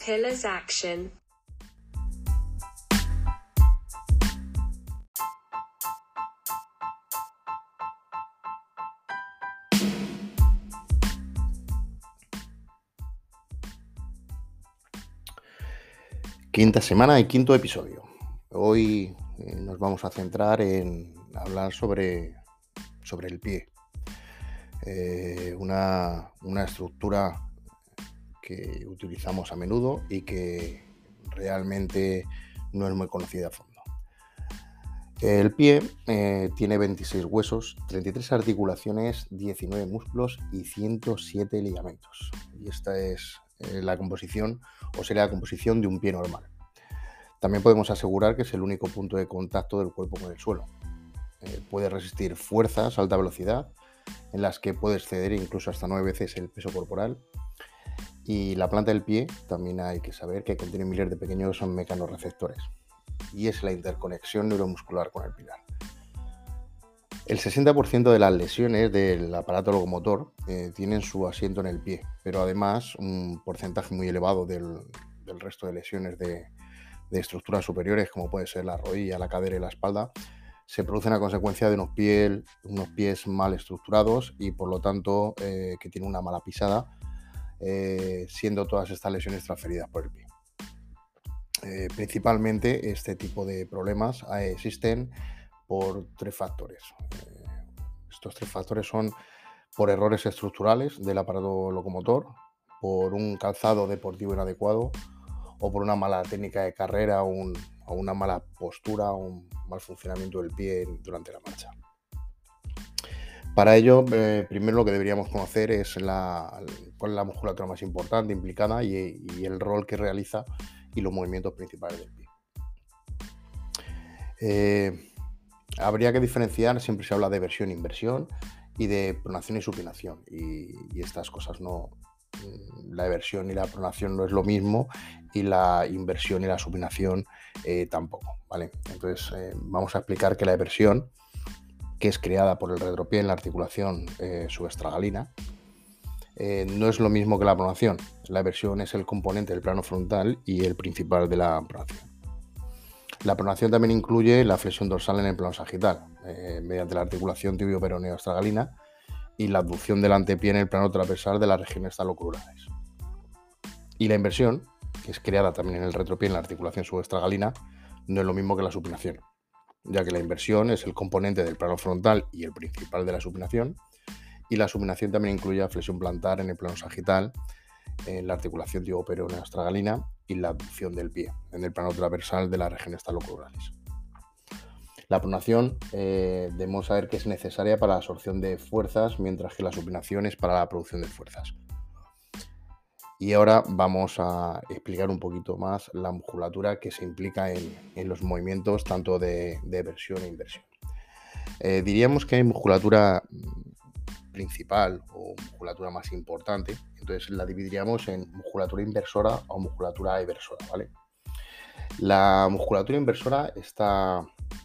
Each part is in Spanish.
Pillars action. Quinta semana y quinto episodio. Hoy nos vamos a centrar en hablar sobre el pie. Una estructura que utilizamos a menudo y que realmente no es muy conocida a fondo. El pie tiene 26 huesos, 33 articulaciones, 19 músculos y 107 ligamentos. Y esta es la composición, o sería la composición de un pie normal. También podemos asegurar que es el único punto de contacto del cuerpo con el suelo. Puede resistir fuerzas a alta velocidad, en las que puede exceder incluso hasta 9 veces el peso corporal. Y la planta del pie también hay que saber que contiene miles de pequeños mecanorreceptores. Y es la interconexión neuromuscular con el pilar. El 60% de las lesiones del aparato locomotor tienen su asiento en el pie, pero además un porcentaje muy elevado del resto de lesiones de estructuras superiores, como puede ser la rodilla, la cadera y la espalda, se producen a consecuencia de unos pies mal estructurados y por lo tanto que tienen una mala pisada, siendo todas estas lesiones transferidas por el pie. Principalmente este tipo de problemas existen por 3 factores. Estos 3 factores son por errores estructurales del aparato locomotor, por un calzado deportivo inadecuado o por una mala técnica de carrera o una mala postura o un mal funcionamiento del pie durante la marcha. Para ello, primero lo que deberíamos conocer es cuál es la musculatura más importante implicada y el rol que realiza y los movimientos principales del pie. Habría que diferenciar, siempre se habla de versión e inversión y de pronación y supinación, y estas cosas no, la eversión y la pronación no es lo mismo y la inversión y la supinación tampoco, ¿vale? Entonces vamos a explicar que la eversión, que es creada por el retropié en la articulación subestragalina, no es lo mismo que la pronación. La eversión es el componente del plano frontal y el principal de la pronación. La pronación también incluye la flexión dorsal en el plano sagital, mediante la articulación tibio-peroneo-astragalina y la abducción del antepié en el plano transversal de las regiones talocrurales. Y la inversión, que es creada también en el retropié en la articulación subestragalina, no es lo mismo que la supinación, ya que la inversión es el componente del plano frontal y el principal de la supinación, y la supinación también incluye la flexión plantar en el plano sagital, en la articulación tibio-peroneo-astragalina y la abducción del pie en el plano transversal de las regiones talocrurales. La pronación debemos saber que es necesaria para la absorción de fuerzas, mientras que la supinación es para la producción de fuerzas. Y ahora vamos a explicar un poquito más la musculatura que se implica en los movimientos tanto de eversión e inversión. Diríamos que hay musculatura principal o musculatura más importante, entonces la dividiríamos en musculatura inversora o musculatura eversora, ¿vale? La musculatura inversora está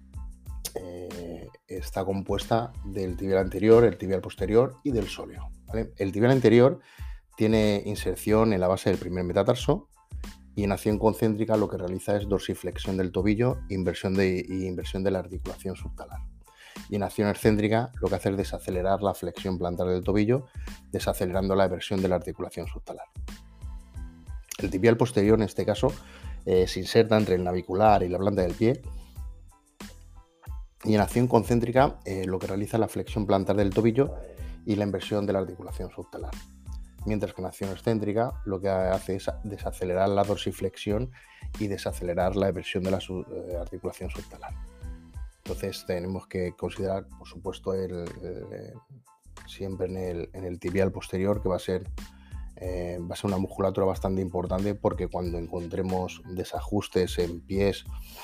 compuesta del tibial anterior, el tibial posterior y del sóleo, ¿vale? El tibial anterior tiene inserción en la base del primer metatarso y en acción concéntrica lo que realiza es dorsiflexión del tobillo e inversión de la articulación subtalar. Y en acción excéntrica lo que hace es desacelerar la flexión plantar del tobillo, desacelerando la eversión de la articulación subtalar. El tibial posterior en este caso se inserta entre el navicular y la planta del pie, y en acción concéntrica lo que realiza es la flexión plantar del tobillo y la inversión de la articulación subtalar. Mientras que en acción excéntrica lo que hace es desacelerar la dorsiflexión y desacelerar la eversión de la articulación subtalar. Entonces tenemos que considerar, por supuesto, siempre en el tibial posterior, que va a ser una musculatura bastante importante, porque cuando encontremos desajustes en pies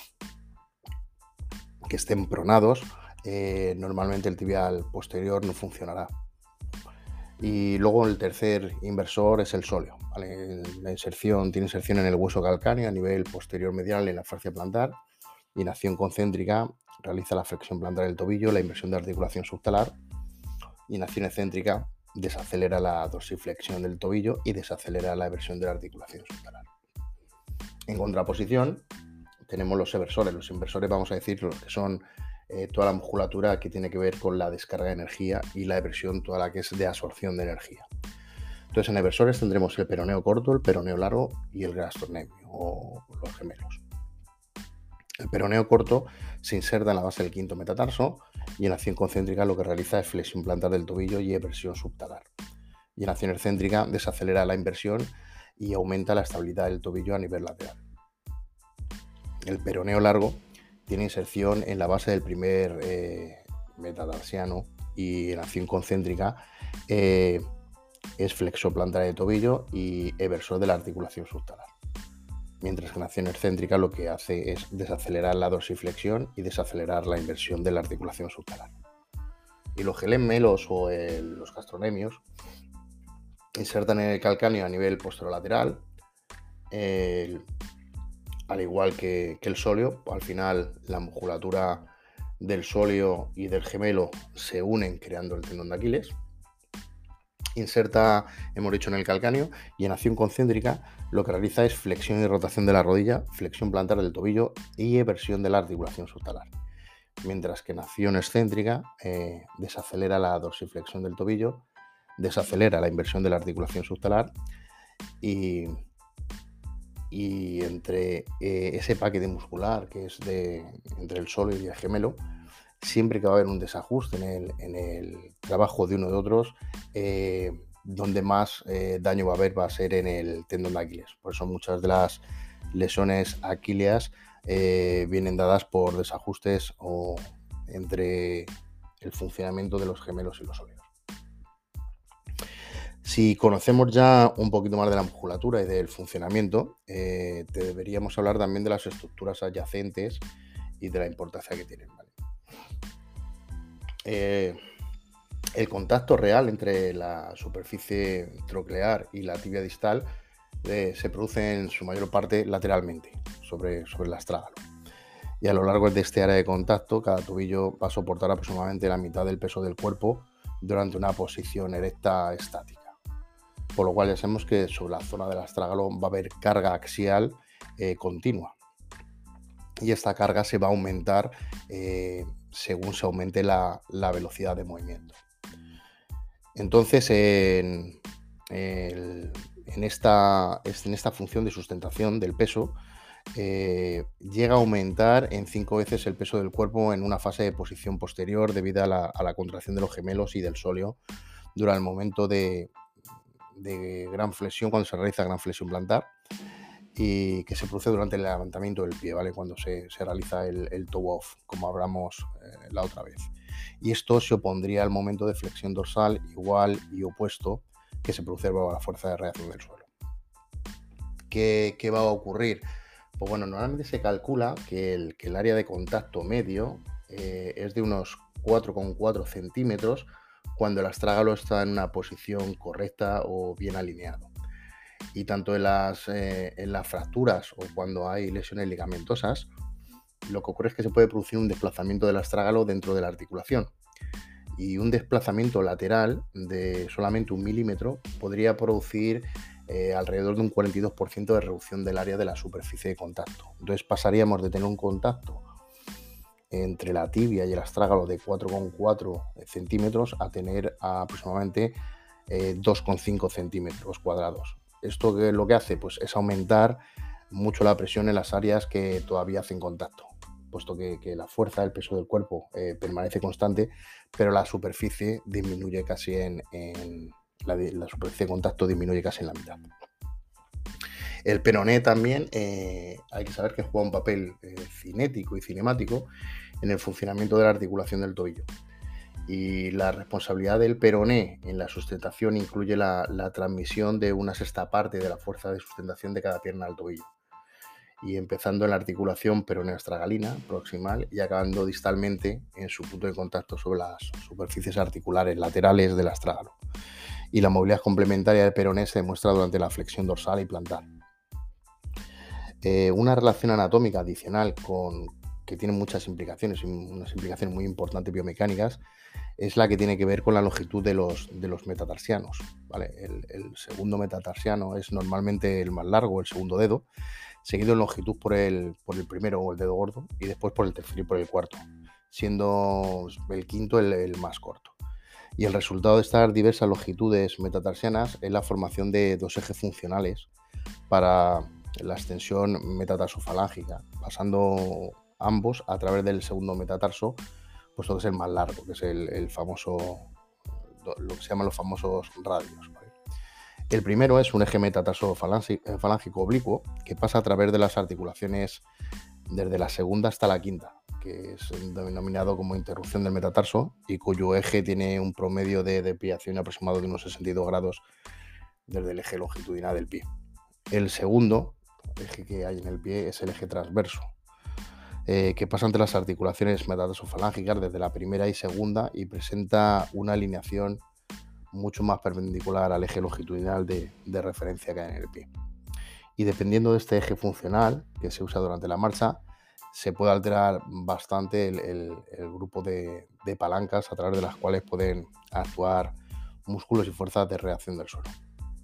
que estén pronados, normalmente el tibial posterior no funcionará. Y luego el tercer inversor es el sóleo, ¿vale? Tiene inserción en el hueso calcáneo a nivel posterior medial en la fascia plantar, y en acción concéntrica realiza la flexión plantar del tobillo, la inversión de articulación subtalar, y en acción excéntrica desacelera la dorsiflexión del tobillo y desacelera la eversión de la articulación subtalar. En contraposición, tenemos los eversores. Los inversores, vamos a decir, los que son toda la musculatura que tiene que ver con la descarga de energía, y la eversión, toda la que es de absorción de energía. Entonces, en eversores tendremos el peroneo corto, el peroneo largo y el gastrocnemio o los gemelos. El peroneo corto se inserta en la base del quinto metatarso, y en acción concéntrica lo que realiza es flexión plantar del tobillo y eversión subtalar. Y en acción excéntrica desacelera la inversión y aumenta la estabilidad del tobillo a nivel lateral. El peroneo largo tiene inserción en la base del primer metatarsiano, y en acción concéntrica es flexor plantar de tobillo y eversor de la articulación subtalar. Mientras que en acción excéntrica lo que hace es desacelerar la dorsiflexión y desacelerar la inversión de la articulación subtalar. Y los gemelos o los gastronemios insertan en el calcáneo a nivel posterolateral, al igual que el sóleo. Al final, la musculatura del sóleo y del gemelo se unen creando el tendón de Aquiles. Inserta, hemos dicho, en el calcáneo, y en acción concéntrica lo que realiza es flexión y rotación de la rodilla, flexión plantar del tobillo y eversión de la articulación subtalar. Mientras que en acción excéntrica desacelera la dorsiflexión del tobillo, desacelera la inversión de la articulación subtalar, y entre ese paquete muscular que es entre el sóleo y el gemelo, siempre que va a haber un desajuste en el trabajo de uno de otros, donde más daño va a haber va a ser en el tendón de Aquiles. Por eso muchas de las lesiones aquíleas vienen dadas por desajustes o entre el funcionamiento de los gemelos y los sólidos. Si conocemos ya un poquito más de la musculatura y del funcionamiento, deberíamos hablar también de las estructuras adyacentes y de la importancia que tienen, ¿vale? El contacto real entre la superficie troclear y la tibia distal se produce en su mayor parte lateralmente, sobre el astrágalo. Y a lo largo de este área de contacto, cada tobillo va a soportar aproximadamente la mitad del peso del cuerpo durante una posición erecta estática. Por lo cual ya sabemos que sobre la zona del astrágalo va a haber carga axial continua. Y esta carga se va a aumentar según se aumente la velocidad de movimiento. Entonces, en esta función de sustentación del peso, llega a aumentar en 5 veces el peso del cuerpo en una fase de posición posterior debido a la contracción de los gemelos y del sóleo durante el momento de gran flexión, cuando se realiza gran flexión plantar, y que se produce durante el levantamiento del pie, ¿vale? Cuando se realiza el toe off, como hablamos la otra vez. Y esto se opondría al momento de flexión dorsal igual y opuesto que se produce bajo la fuerza de reacción del suelo. ¿Qué va a ocurrir? Pues bueno, normalmente se calcula que el área de contacto medio es de unos 4,4 centímetros cuando el astrágalo está en una posición correcta o bien alineado. Y tanto en las fracturas o cuando hay lesiones ligamentosas, lo que ocurre es que se puede producir un desplazamiento del astrágalo dentro de la articulación. Y un desplazamiento lateral de solamente 1 milímetro podría producir alrededor de un 42% de reducción del área de la superficie de contacto. Entonces pasaríamos de tener un contacto entre la tibia y el astrágalo de 4,4 centímetros a tener aproximadamente 2,5 centímetros cuadrados. Esto lo que hace pues, es aumentar mucho la presión en las áreas que todavía hacen contacto, puesto que la fuerza del peso del cuerpo permanece constante, pero la superficie disminuye casi la superficie de contacto disminuye casi en la mitad. El peroné también hay que saber que juega un papel cinético y cinemático en el funcionamiento de la articulación del tobillo. Y la responsabilidad del peroné en la sustentación incluye la transmisión de una sexta parte de la fuerza de sustentación de cada pierna al tobillo. Y empezando en la articulación peroneo-astragalina proximal y acabando distalmente en su punto de contacto sobre las superficies articulares laterales del astrágalo. Y la movilidad complementaria del peroné se demuestra durante la flexión dorsal y plantar. Una relación anatómica adicional que tiene muchas implicaciones, y unas implicaciones muy importantes biomecánicas, es la que tiene que ver con la longitud de los metatarsianos, ¿vale? El segundo metatarsiano es normalmente el más largo, el segundo dedo. seguido en longitud por el primero o el dedo gordo y después por el tercero y por el cuarto, siendo el quinto el más corto. Y el resultado de estas diversas longitudes metatarsianas es la formación de dos ejes funcionales para la extensión metatarsofalángica, pasando ambos a través del segundo metatarso, puesto que es el más largo, que es el famoso, lo que se llaman los famosos radios, ¿vale? El primero es un eje metatarso-falángico oblicuo que pasa a través de las articulaciones desde la segunda hasta la quinta, que es denominado como interrupción del metatarso y cuyo eje tiene un promedio de desviación aproximado de unos 62 grados desde el eje longitudinal del pie. El segundo eje que hay en el pie es el eje transverso, que pasa entre las articulaciones metatarsofalángicas desde la primera y segunda y presenta una alineación mucho más perpendicular al eje longitudinal de referencia que hay en el pie. Y dependiendo de este eje funcional que se usa durante la marcha, se puede alterar bastante el grupo de palancas a través de las cuales pueden actuar músculos y fuerzas de reacción del suelo.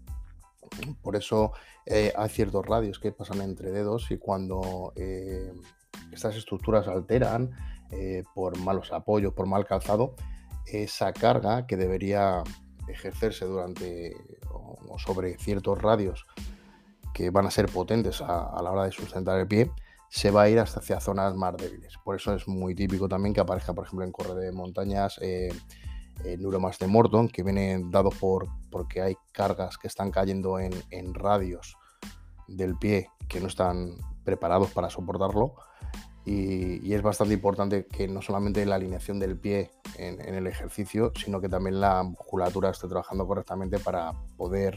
Por eso hay ciertos radios que pasan entre dedos y cuando estas estructuras alteran por malos apoyos, por mal calzado, esa carga que debería ejercerse durante o sobre ciertos radios que van a ser potentes a la hora de sustentar el pie, se va a ir hasta hacia zonas más débiles. Por eso es muy típico también que aparezca, por ejemplo, en correr de montañas, neuromas de Morton, que vienen dados porque hay cargas que están cayendo en radios del pie que no están preparados para soportarlo. Y es bastante importante que no solamente la alineación del pie en el ejercicio, sino que también la musculatura esté trabajando correctamente para poder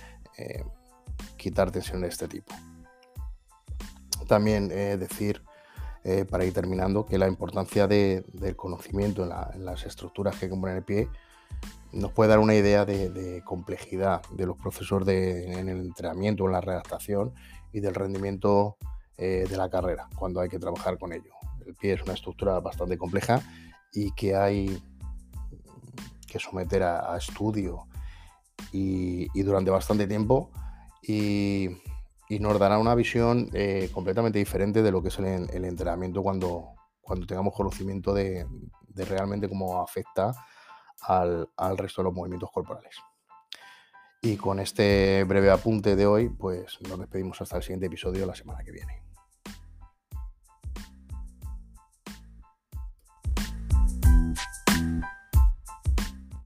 quitar tensión de este tipo. También decir, para ir terminando, que la importancia del conocimiento en las estructuras que componen el pie nos puede dar una idea de complejidad de los procesos en el entrenamiento, en la readaptación y del rendimiento de la carrera cuando hay que trabajar con ello. El pie es una estructura bastante compleja y que hay que someter a estudio y durante bastante tiempo y nos dará una visión completamente diferente de lo que es el entrenamiento cuando tengamos conocimiento de realmente cómo afecta al resto de los movimientos corporales. Y con este breve apunte de hoy, pues nos despedimos hasta el siguiente episodio la semana que viene.